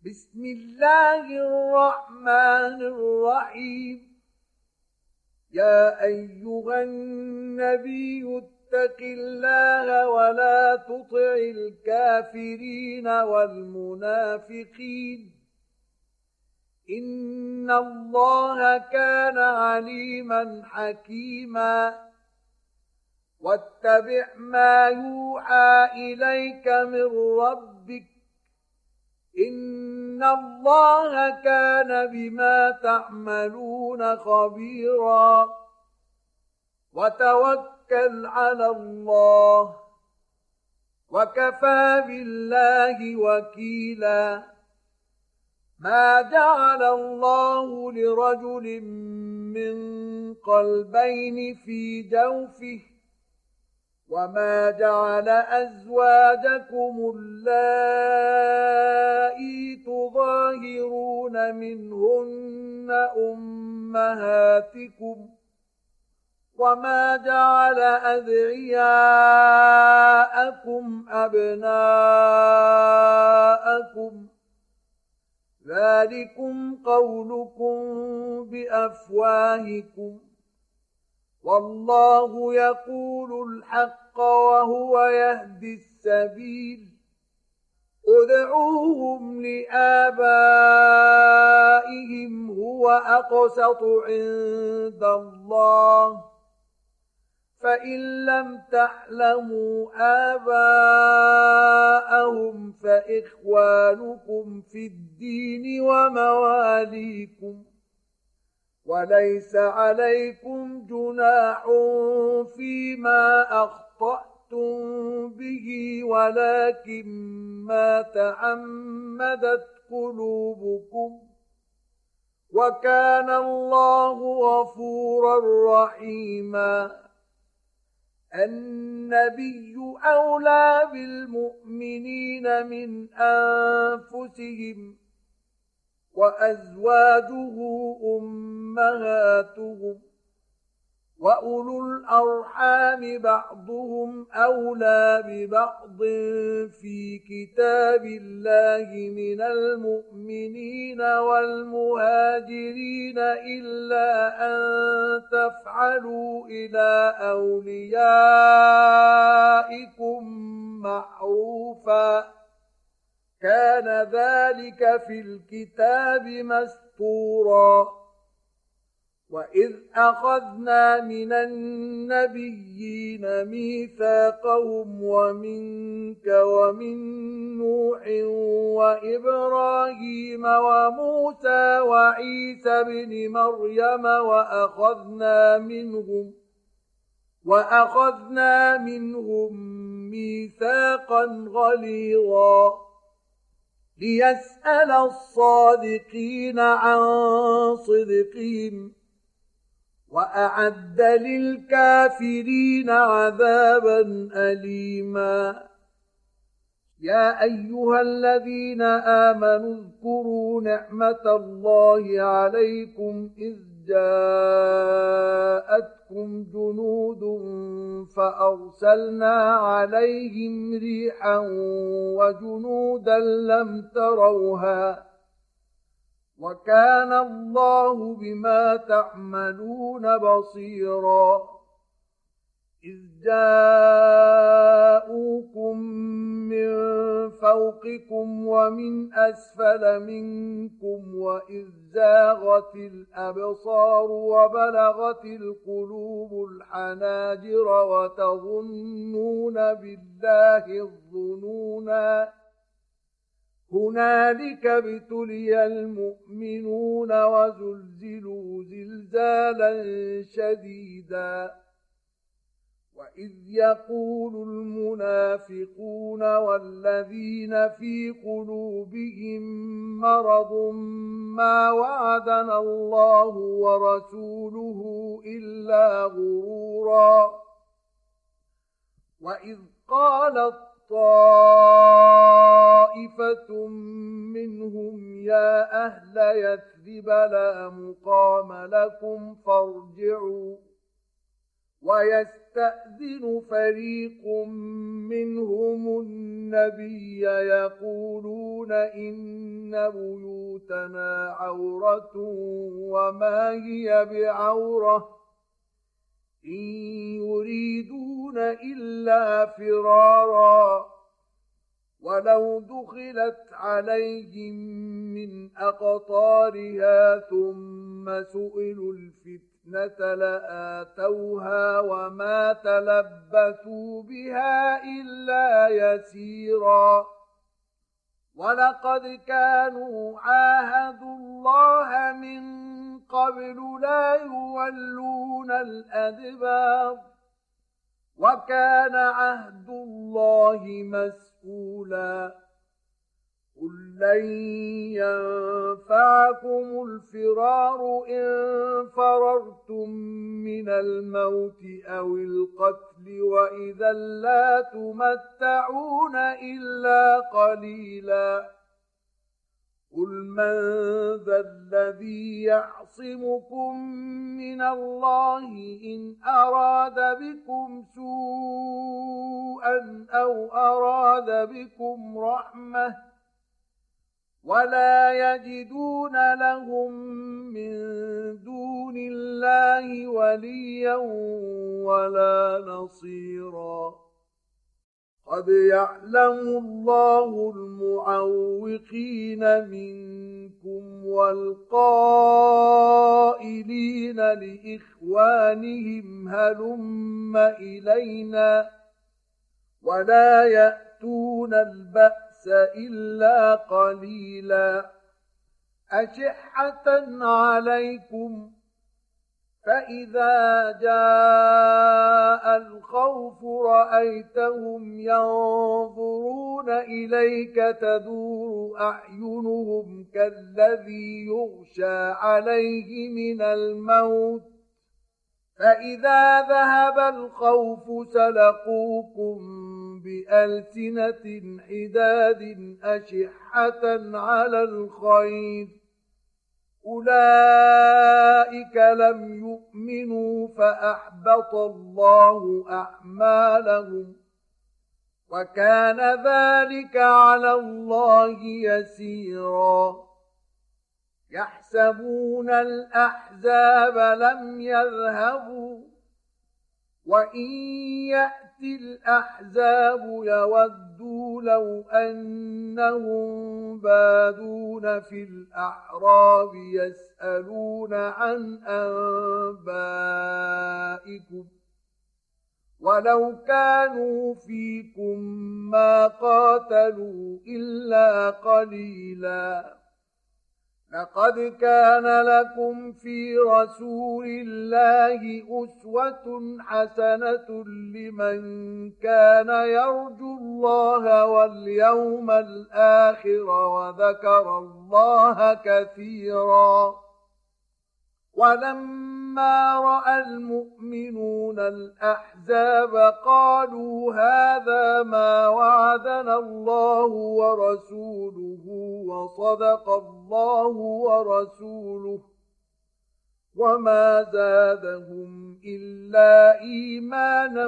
بسم الله الرحمن الرحيم. يا أيها النبي اتق الله ولا تطع الكافرين والمنافقين، إن الله كان عليما حكيما. واتبع ما يوحى إليك من ربك، إن الله كان بما تعملون خبيرا. وتوكل على الله، وكفى بالله وكيلا. ما جعل الله لرجل من قلبين في جوفه، وما جعل أزواجكم اللائي تظاهرون منهن أمهاتكم، وما جعل أدعياءكم أبناءكم، ذلكم قولكم بأفواهكم، والله يقول الحق وهو يهدي السبيل. ادعوهم لآبائهم هو أقسط عند الله، فإن لم تعلموا آباءهم فإخوانكم في الدين ومواليكم، وليس عليكم جناح فيما أخطأتم به، ولكن ما تعمدت قلوبكم، وكان الله غفورا رحيما. النبي أولى بالمؤمنين من أنفسهم، وأزواجه أمهاتهم، وأولو الأرحام بعضهم أولى ببعض في كتاب الله من المؤمنين والمهاجرين إلا أن تفعلوا إلى أوليائكم معروفا، كان ذلك في الكتاب مسطورا. وإذ أخذنا من النبيين ميثاقهم ومنك ومن نوح وإبراهيم وموسى وعيسى بن مريم وأخذنا منهم ميثاقا غليظا، ليسأل الصادقين عن صدقهم، وأعد للكافرين عذابا أليما. يا أيها الذين آمنوا اذكروا نعمة الله عليكم إذ جاءتكم جنود فأرسلنا عليهم ريحا وجنودا لم تروها، وكان الله بما تعملون بصيرا. إذ جاءوكم من فوقكم ومن أسفل منكم، وإذ زاغت الأبصار وبلغت القلوب الحناجر وتظنون بالله الظنونا، هنالك ابتلي المؤمنون وزلزلوا زلزالا شديدا. وإذ يقول المنافقون والذين في قلوبهم مرض ما وعدنا الله ورسوله إلا غرورا. وإذ قالت طائفة منهم يا أهل يثرب لا مقام لكم فارجعوا، ويستأذن فريق منهم النبي يقولون إن بيوتنا عورة وما هي بعورة إن يريدون إلا فرارا ولو دخلت عليهم من أقطارها ثم سئلوا الفتنة لآتوها وما تلبثوا بها إلا يسيرا ولقد كانوا عاهدوا الله من قبل لا يولون الأدبار وكان عهد الله مسؤولا قل لن ينفعكم الفرار إن فررتم من الموت أو القتل وإذا لا تمتعون إلا قليلا قل من ذا الذي يعصمكم من الله إن أراد بكم سوءا أو أراد بكم رحمة ولا يجدون لهم من دون الله وليا ولا نصيرا قد يعلم الله المعوقين منكم والقائلين لإخوانهم هلم إلينا ولا يأتون البأس إلا قليلا أشحة عليكم فإذا جاء الخوف رأيتهم ينظرون إليك تدور أعينهم كالذي يغشى عليه من الموت فإذا ذهب الخوف سلقوكم بألسنة حداد أشحة على الخير أولئك لم يؤمنوا فأحبط الله أعمالهم وكان ذلك على الله يسيرا يحسبون الأحزاب لم يذهبوا وإن يأتي الأحزاب يودوا لو أنهم بادون في الأعراب يسألون عن أنبائكم ولو كانوا فيكم ما قاتلوا إلا قليلا لقد كان لكم في رسول الله أسوة حسنة لمن كان يرجو الله واليوم الآخر وذكر الله كثيرا ولما رأى المؤمنون الأحزاب قالوا هذا ما وعدنا الله ورسوله وصدق الله ورسوله وما زادهم إلا إيمانا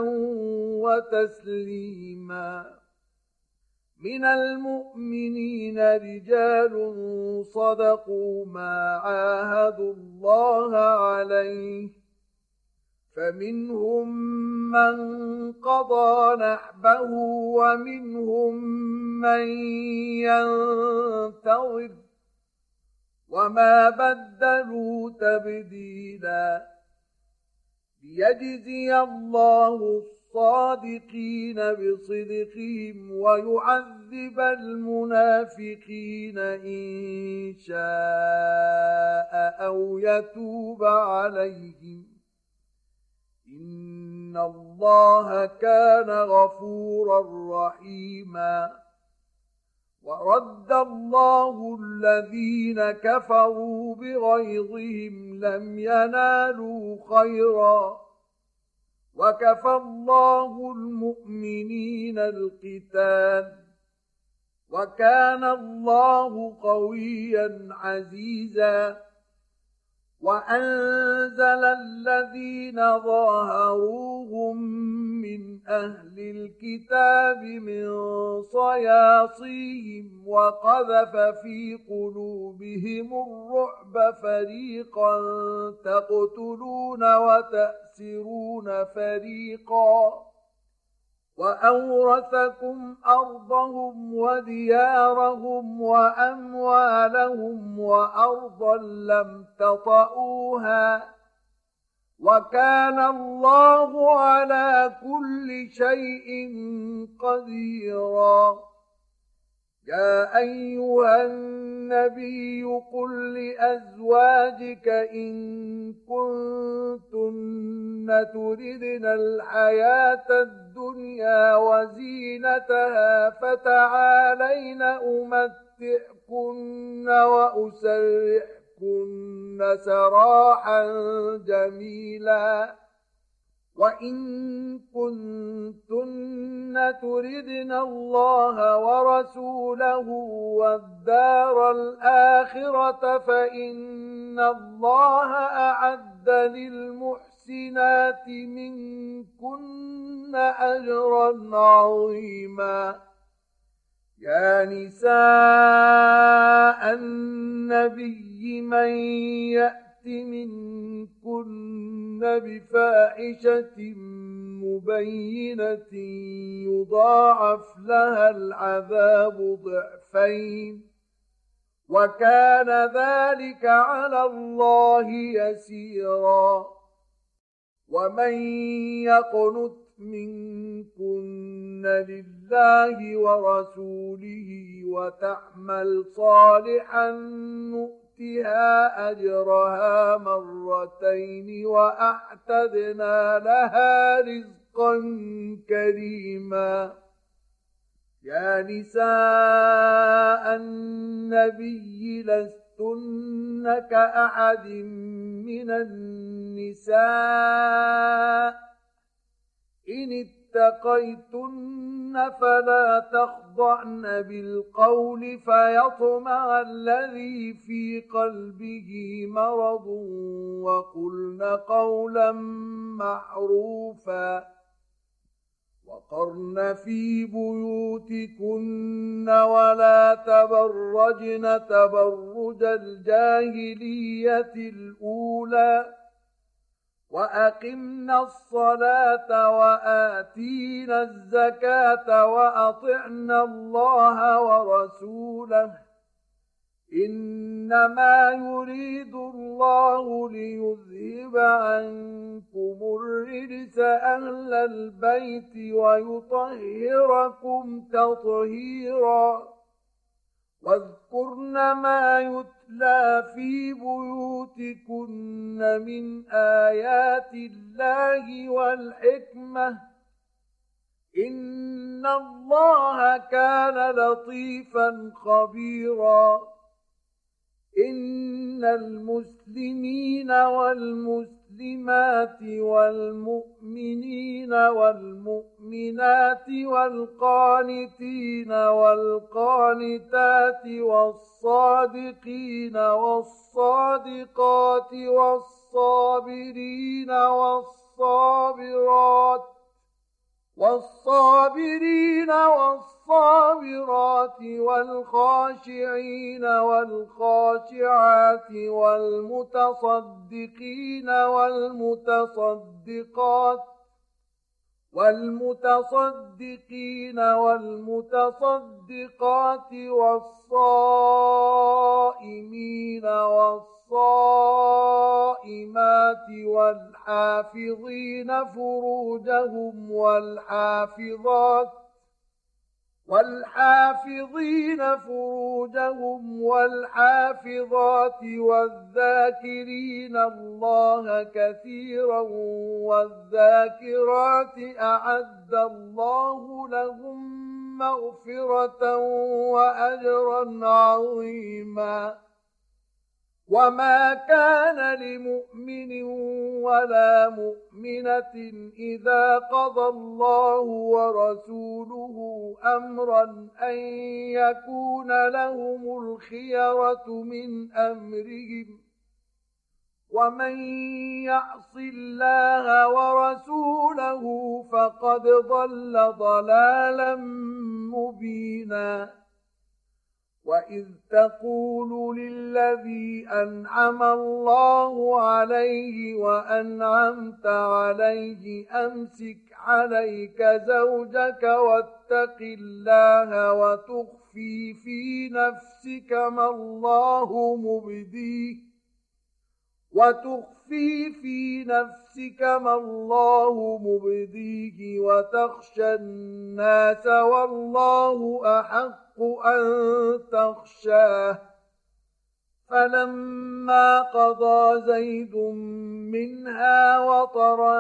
وتسليما من المؤمنين رجال صدقوا ما عاهدوا الله عليه فمنهم من قضى نحبه ومنهم من ينتظر وما بدلوا تبديلا ليجزي الله الصادقين بصدقهم ويعذب المنافقين إن شاء أو يتوب عليهم إن الله كان غفورا رحيما ورد الله الذين كفروا بغيظهم لم ينالوا خيرا وكفى الله المؤمنين القتال وكان الله قويا عزيزا وأنزل الذين ظاهروهم من أهل الكتاب من صياصيهم وقذف في قلوبهم الرعب فريقا تقتلون وتأسرون فريقا وأورثكم أرضهم وديارهم وأموالهم وأرضا لم تطئوها وكان الله على كل شيء قديرا. يا أيها النبي قل لأزواجك إن كنتن تردن الحياة الدنيا وزينتها فتعالين أمتعكن وأسرحكن سراحا جميلا. وإن كنتن تردن الله ورسوله والدار الآخرة فإن الله أعد للمحسنات منكن أجرا عظيما. يا نساء النبي من يأت منكن بفاحشة مبينة يضاعف لها العذاب ضعفين وكان ذلك على الله يسيرا. ومن يقنت منكن لله ورسوله وتعمل صالحا نؤتها أجرها مرتين وأعتدنا لها رزقا كريما. يا نساء النبي لستن كأحد من النساء إن اتقيتن فلا تخضعن بالقول فيطمع الذي في قلبه مرض وقلن قولا معروفا. وقرن في بيوتكن ولا تبرجن تبرج الجاهلية الأولى وأقمنا الصلاة وآتينا الزكاة وأطعنا الله ورسوله إنما يريد الله ليذهب عنكم الرجس أهل البيت ويطهركم تطهيرا. واذكرن ما يتلى في بيوتكن من آيات الله والحكمة إن الله كان لطيفا خبيرا. إن المسلمين والمسلمات والمؤمنين والمؤمنات والقانتين والقانتات والصادقين والصادقات والصابرين والصابرات والخاشعين والخاشعات والمتصدقين والمتصدقات والصائمين والصائمات والحافظين فروجهم والحافظات والذاكرين الله كثيرا والذاكرات أعد الله لهم مغفرة وأجرا عظيما. وما كان لمؤمن ولا مؤمنة إذا قضى الله ورسوله أمرا أن يكون لهم الخيرة من أمرهم ومن يعص الله ورسوله فقد ضل ضلالا مبينا وإذ تقول للذي أنعم الله عليه وأنعمت عليه أمسك عليك زوجك واتق الله وتخفي في نفسك ما الله مبديه وتخشى الناس والله أحق أن تخشاه فلما قضى زيد منها وطرا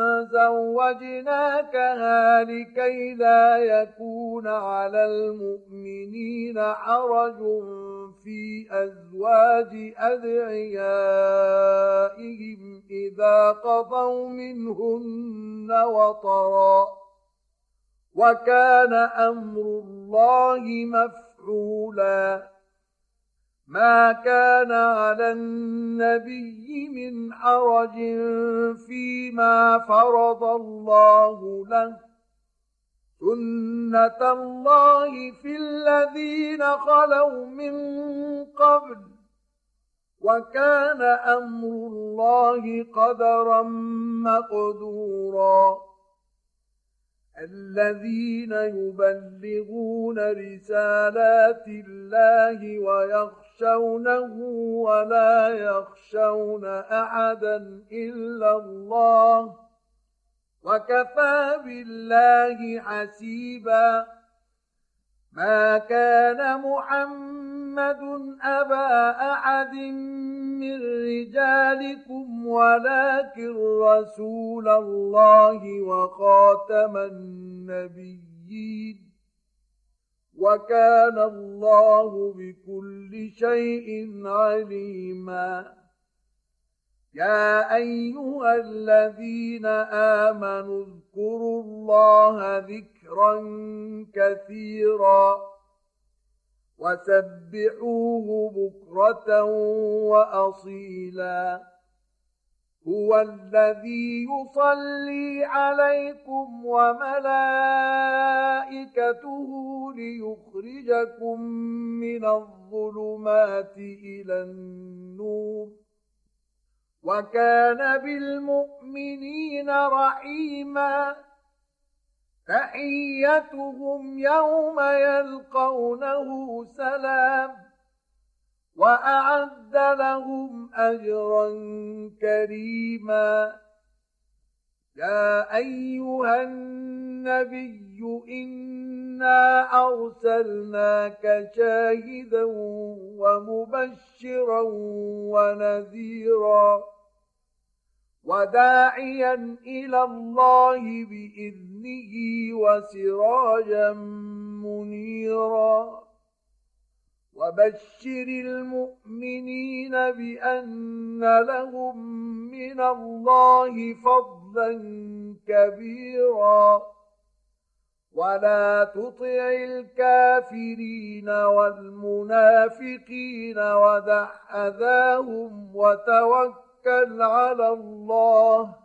زوجناكها لكي لا يكون على المؤمنين حرج في أزواج أدعيائهم إذا قضوا منهن وطرا وكان أمر الله مفعولا ما كان على النبي من حرج فيما فرض الله له سنة الله في الذين خلوا من قبل وكان أمر الله قدرا مقدورا الذين يبلغون رسالات الله ويخشونه ولا يخشون أحدا إلا الله وكفى بالله حسيبا ما كان محمد أبا أحد من رجالكم ولكن رسول الله وخاتم النبيين وكان الله بكل شيء عليما يا أيها الذين آمنوا اذكروا الله ذكرا كثيرا وسبحوه بكرة وأصيلا هو الذي يصلي عليكم وملائكته ليخرجكم من الظلمات إلى النور وكان بالمؤمنين رحيما تحيتهم يوم يلقونه سلام وأعد لهم أجرا كريما يا أيها النبي إنا أرسلناك شاهدا ومبشرا ونذيرا وداعيا إلى الله بإذنه وسراجا منيرا وبشر المؤمنين بأن لهم من الله فضلا كبيرا ولا تطع الكافرين والمنافقين ودع أذاهم وتوكل على الله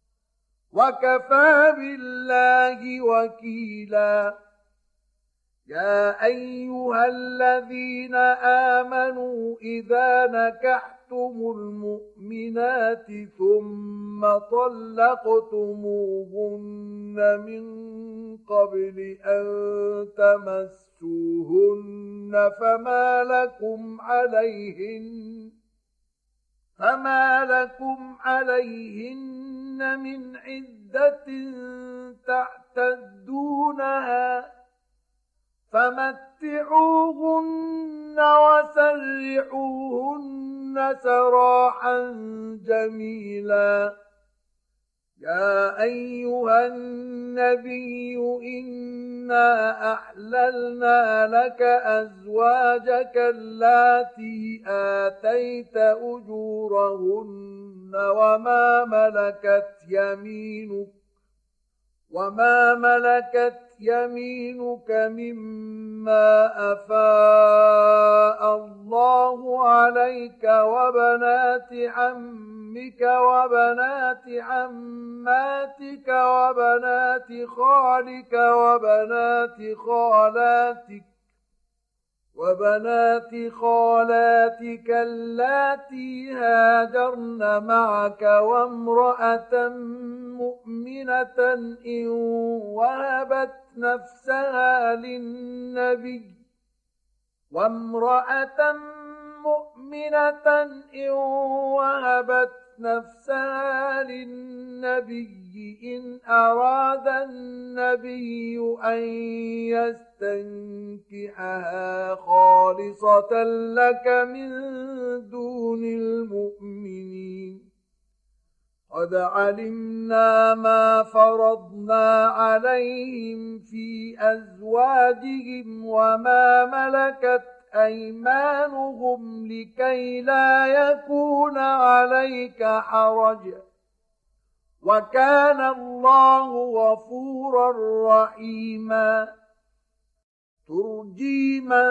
وكفى بالله وكيلا يا أيها الذين آمنوا إذا نكحتم المؤمنات ثم طلقتموهن من قبل أن تمسوهن فما لكم عليهن من عدة تعتدونها فمتعوهن وسرحوهن سراحا جميلا يا أيها النبي إنا أحللنا لك أزواجك اللاتي آتيت أجورهن وما ملكت يمينك مما أفاء الله عليك وبنات عمك أمك وبنات عماتك وبنات خالك وبنات خالاتك اللاتي هاجرن معك وامرأة مؤمنة إن وهبت نفسها للنبي إن أراد النبي أن يستنكحها خالصة لك من دون المؤمنين قد علمنا ما فرضنا عليهم في أزواجهم وما ملكت أيمانهم لكي لا يكون عليك حرج وكان الله غفورا رحيما ترجي من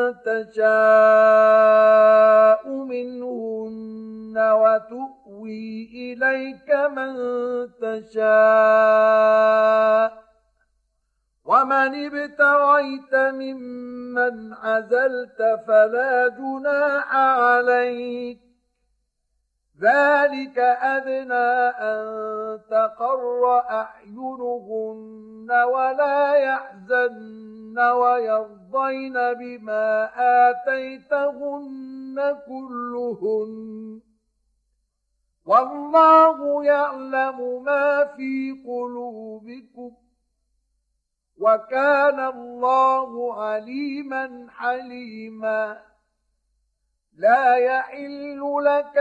تشاء منهن وتؤوي إليك من تشاء ومن ابتغيت ممن عزلت فلا جناح عليك ذلك أدنى أن تقر أعينهن ولا يحزن ويرضين بما آتيتهن كلهن والله يعلم ما في قلوبكم وكان الله عليما حليما لا يحل لك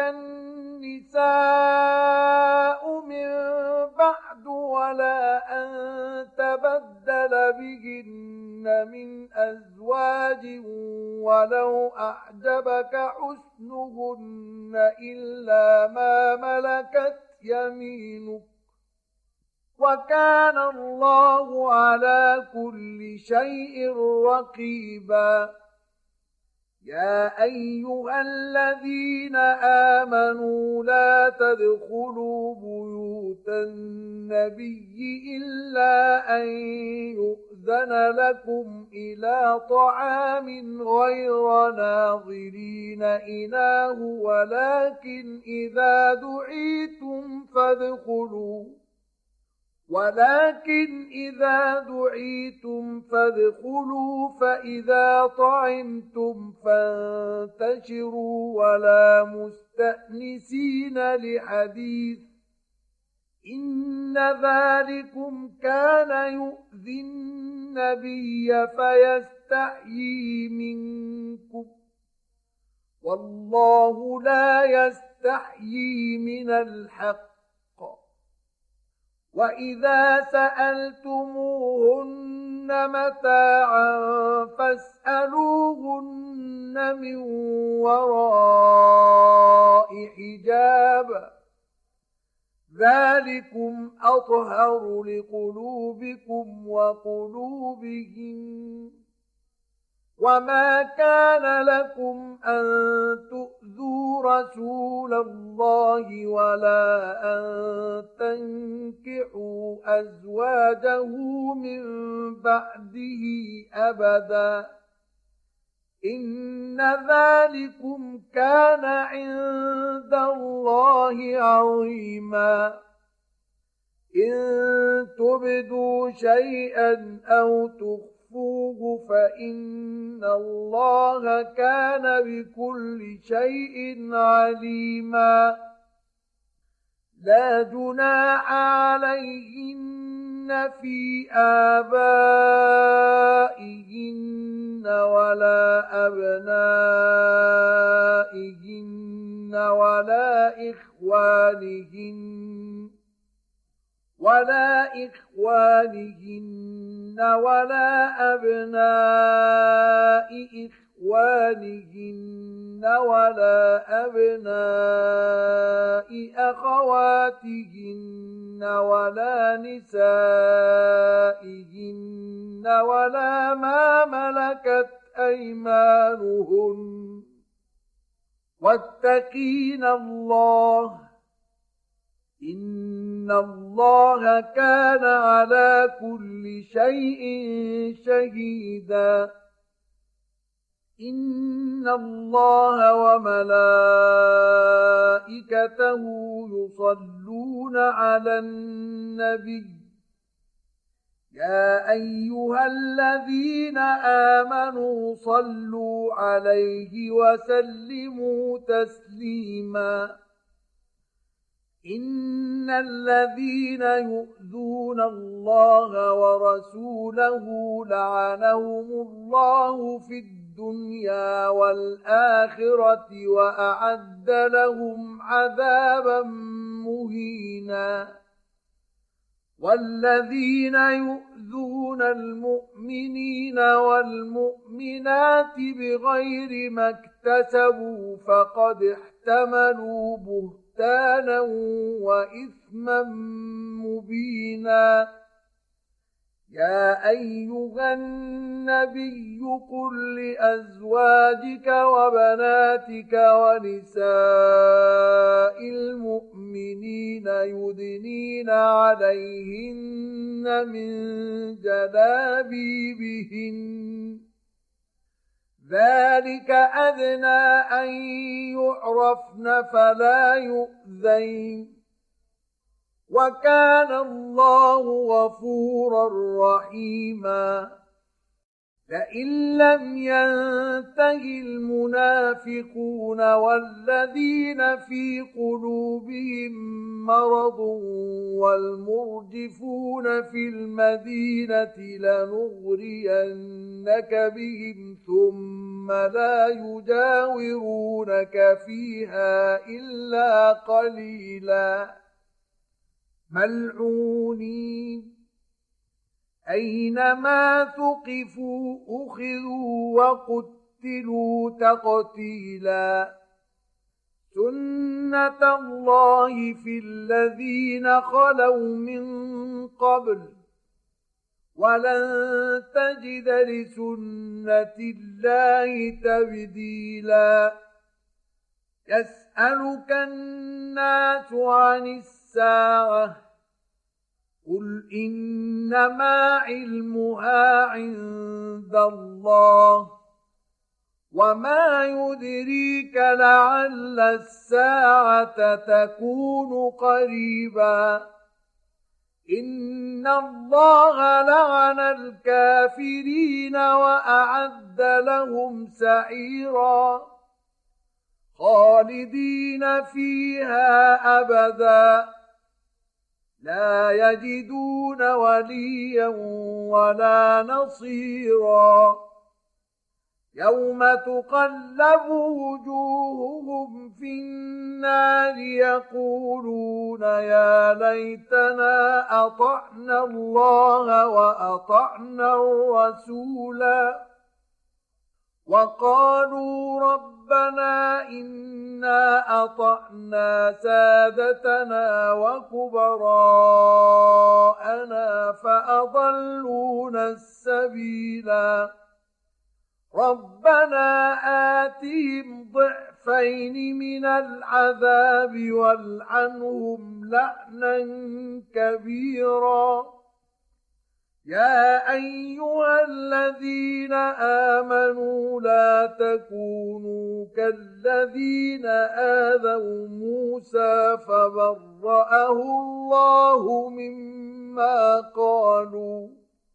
النساء من بعد ولا أن تبدل بهن من أزواج ولو أعجبك حسنهن إلا ما ملكت يمينك وكان الله على كل شيء رقيبا يا أيها الذين آمنوا لا تدخلوا بيوت النبي إلا أن يؤذن لكم إلى طعام غير ناظرين إناه ولكن إذا دعيتم فادخلوا فإذا طعمتم فانتشروا ولا مستأنسين لحديث إن ذلكم كان يؤذي النبي فيستحيي منكم والله لا يستحيي من الحق وإذا سألتموهن متاعا فاسألوهن من وراء حجاب ذلكم أطهر لقلوبكم وقلوبهم وما كان لكم أن تؤذوا رسول الله ولا أن تنكحوا أزواجه من بعده أبدا إن ذلكم كان عند الله عظيما إن تبدوا شيئا أو تخفوه فإن الله كان بكل شيء عليما لا جناح عليهن في آبائهن ولا أبنائهن ولا إخوانهن ولا أبناء إخوانهن ولا أبناء أخواتهن ولا نسائهن ولا ما ملكت أيمانهن واتقين الله إن الله كان على كل شيء شهيدا إن الله وملائكته يصلون على النبي يا أيها الذين آمنوا صلوا عليه وسلموا تسليما إن الذين يؤذون الله ورسوله لعنهم الله في الدنيا والآخرة وأعد لهم عذابا مهينا والذين يؤذون المؤمنين والمؤمنات بغير ما اكتسبوا فقد احتملوا بهتانا وإثما مبينا يا أيها النبي قل لأزواجك وبناتك ونساء المؤمنين يدنين عليهن من جلابيبهن ذلك أدنى أن يعرفن فلا يؤذين وكان الله غفورا رحيما لئن لم ينته المنافقون والذين في قلوبهم مرض والمرجفون في المدينة لنغرينك بهم ثم لا يجاورونك فيها إلا قليلا ملعونين أينما ثقفوا أخذوا وقتلوا تقتيلا سنة الله في الذين خلوا من قبل ولن تجد لسنة الله تبديلا يسألك الناس عن الساعة قل إنما علمها عند الله وما يدريك لعل الساعة تكون قريبا إن الله لعن الكافرين وأعد لهم سعيرا خالدين فيها أبدا لا يجدون وليا ولا نصيرا يوم تقلب وجوههم في النار يقولون يا ليتنا أطعنا الله وأطعنا الرسولا وقالوا ربنا إنا أطعنا سادتنا وكبراءنا فأضلونا السبيلا ربنا آتهم ضعفين من العذاب والعنهم لعنا كبيرا يا أيها الذين آمنوا لا تكونوا كالذين آذوا موسى فبرأه الله مما قالوا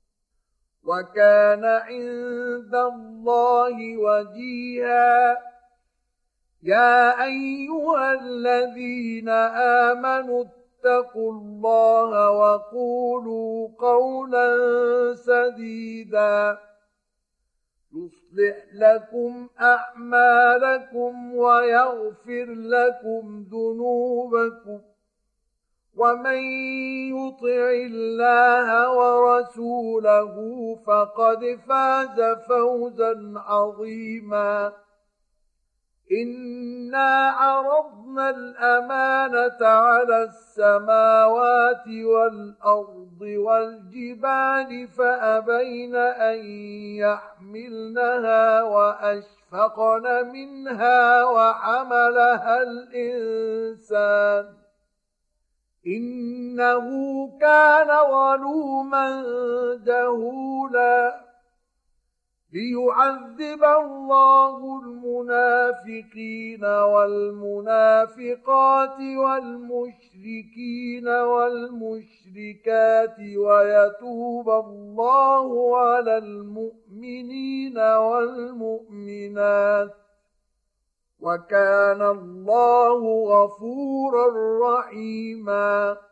وكان عند الله وجيها يا أيها الذين آمنوا اتقوا الله وقولوا قولا سديدا يصلح لكم أعمالكم ويغفر لكم ذنوبكم ومن يطع الله ورسوله فقد فاز فوزا عظيما إنا عرضنا الأمانة على السماوات والأرض والجبال فأبين أن يحملنها وأشفقن منها وحملها الإنسان إنه كان ظلوما جهولا ليعذب الله المنافقين والمنافقات والمشركين والمشركات ويتوب الله على المؤمنين والمؤمنات وكان الله غفورا رحيما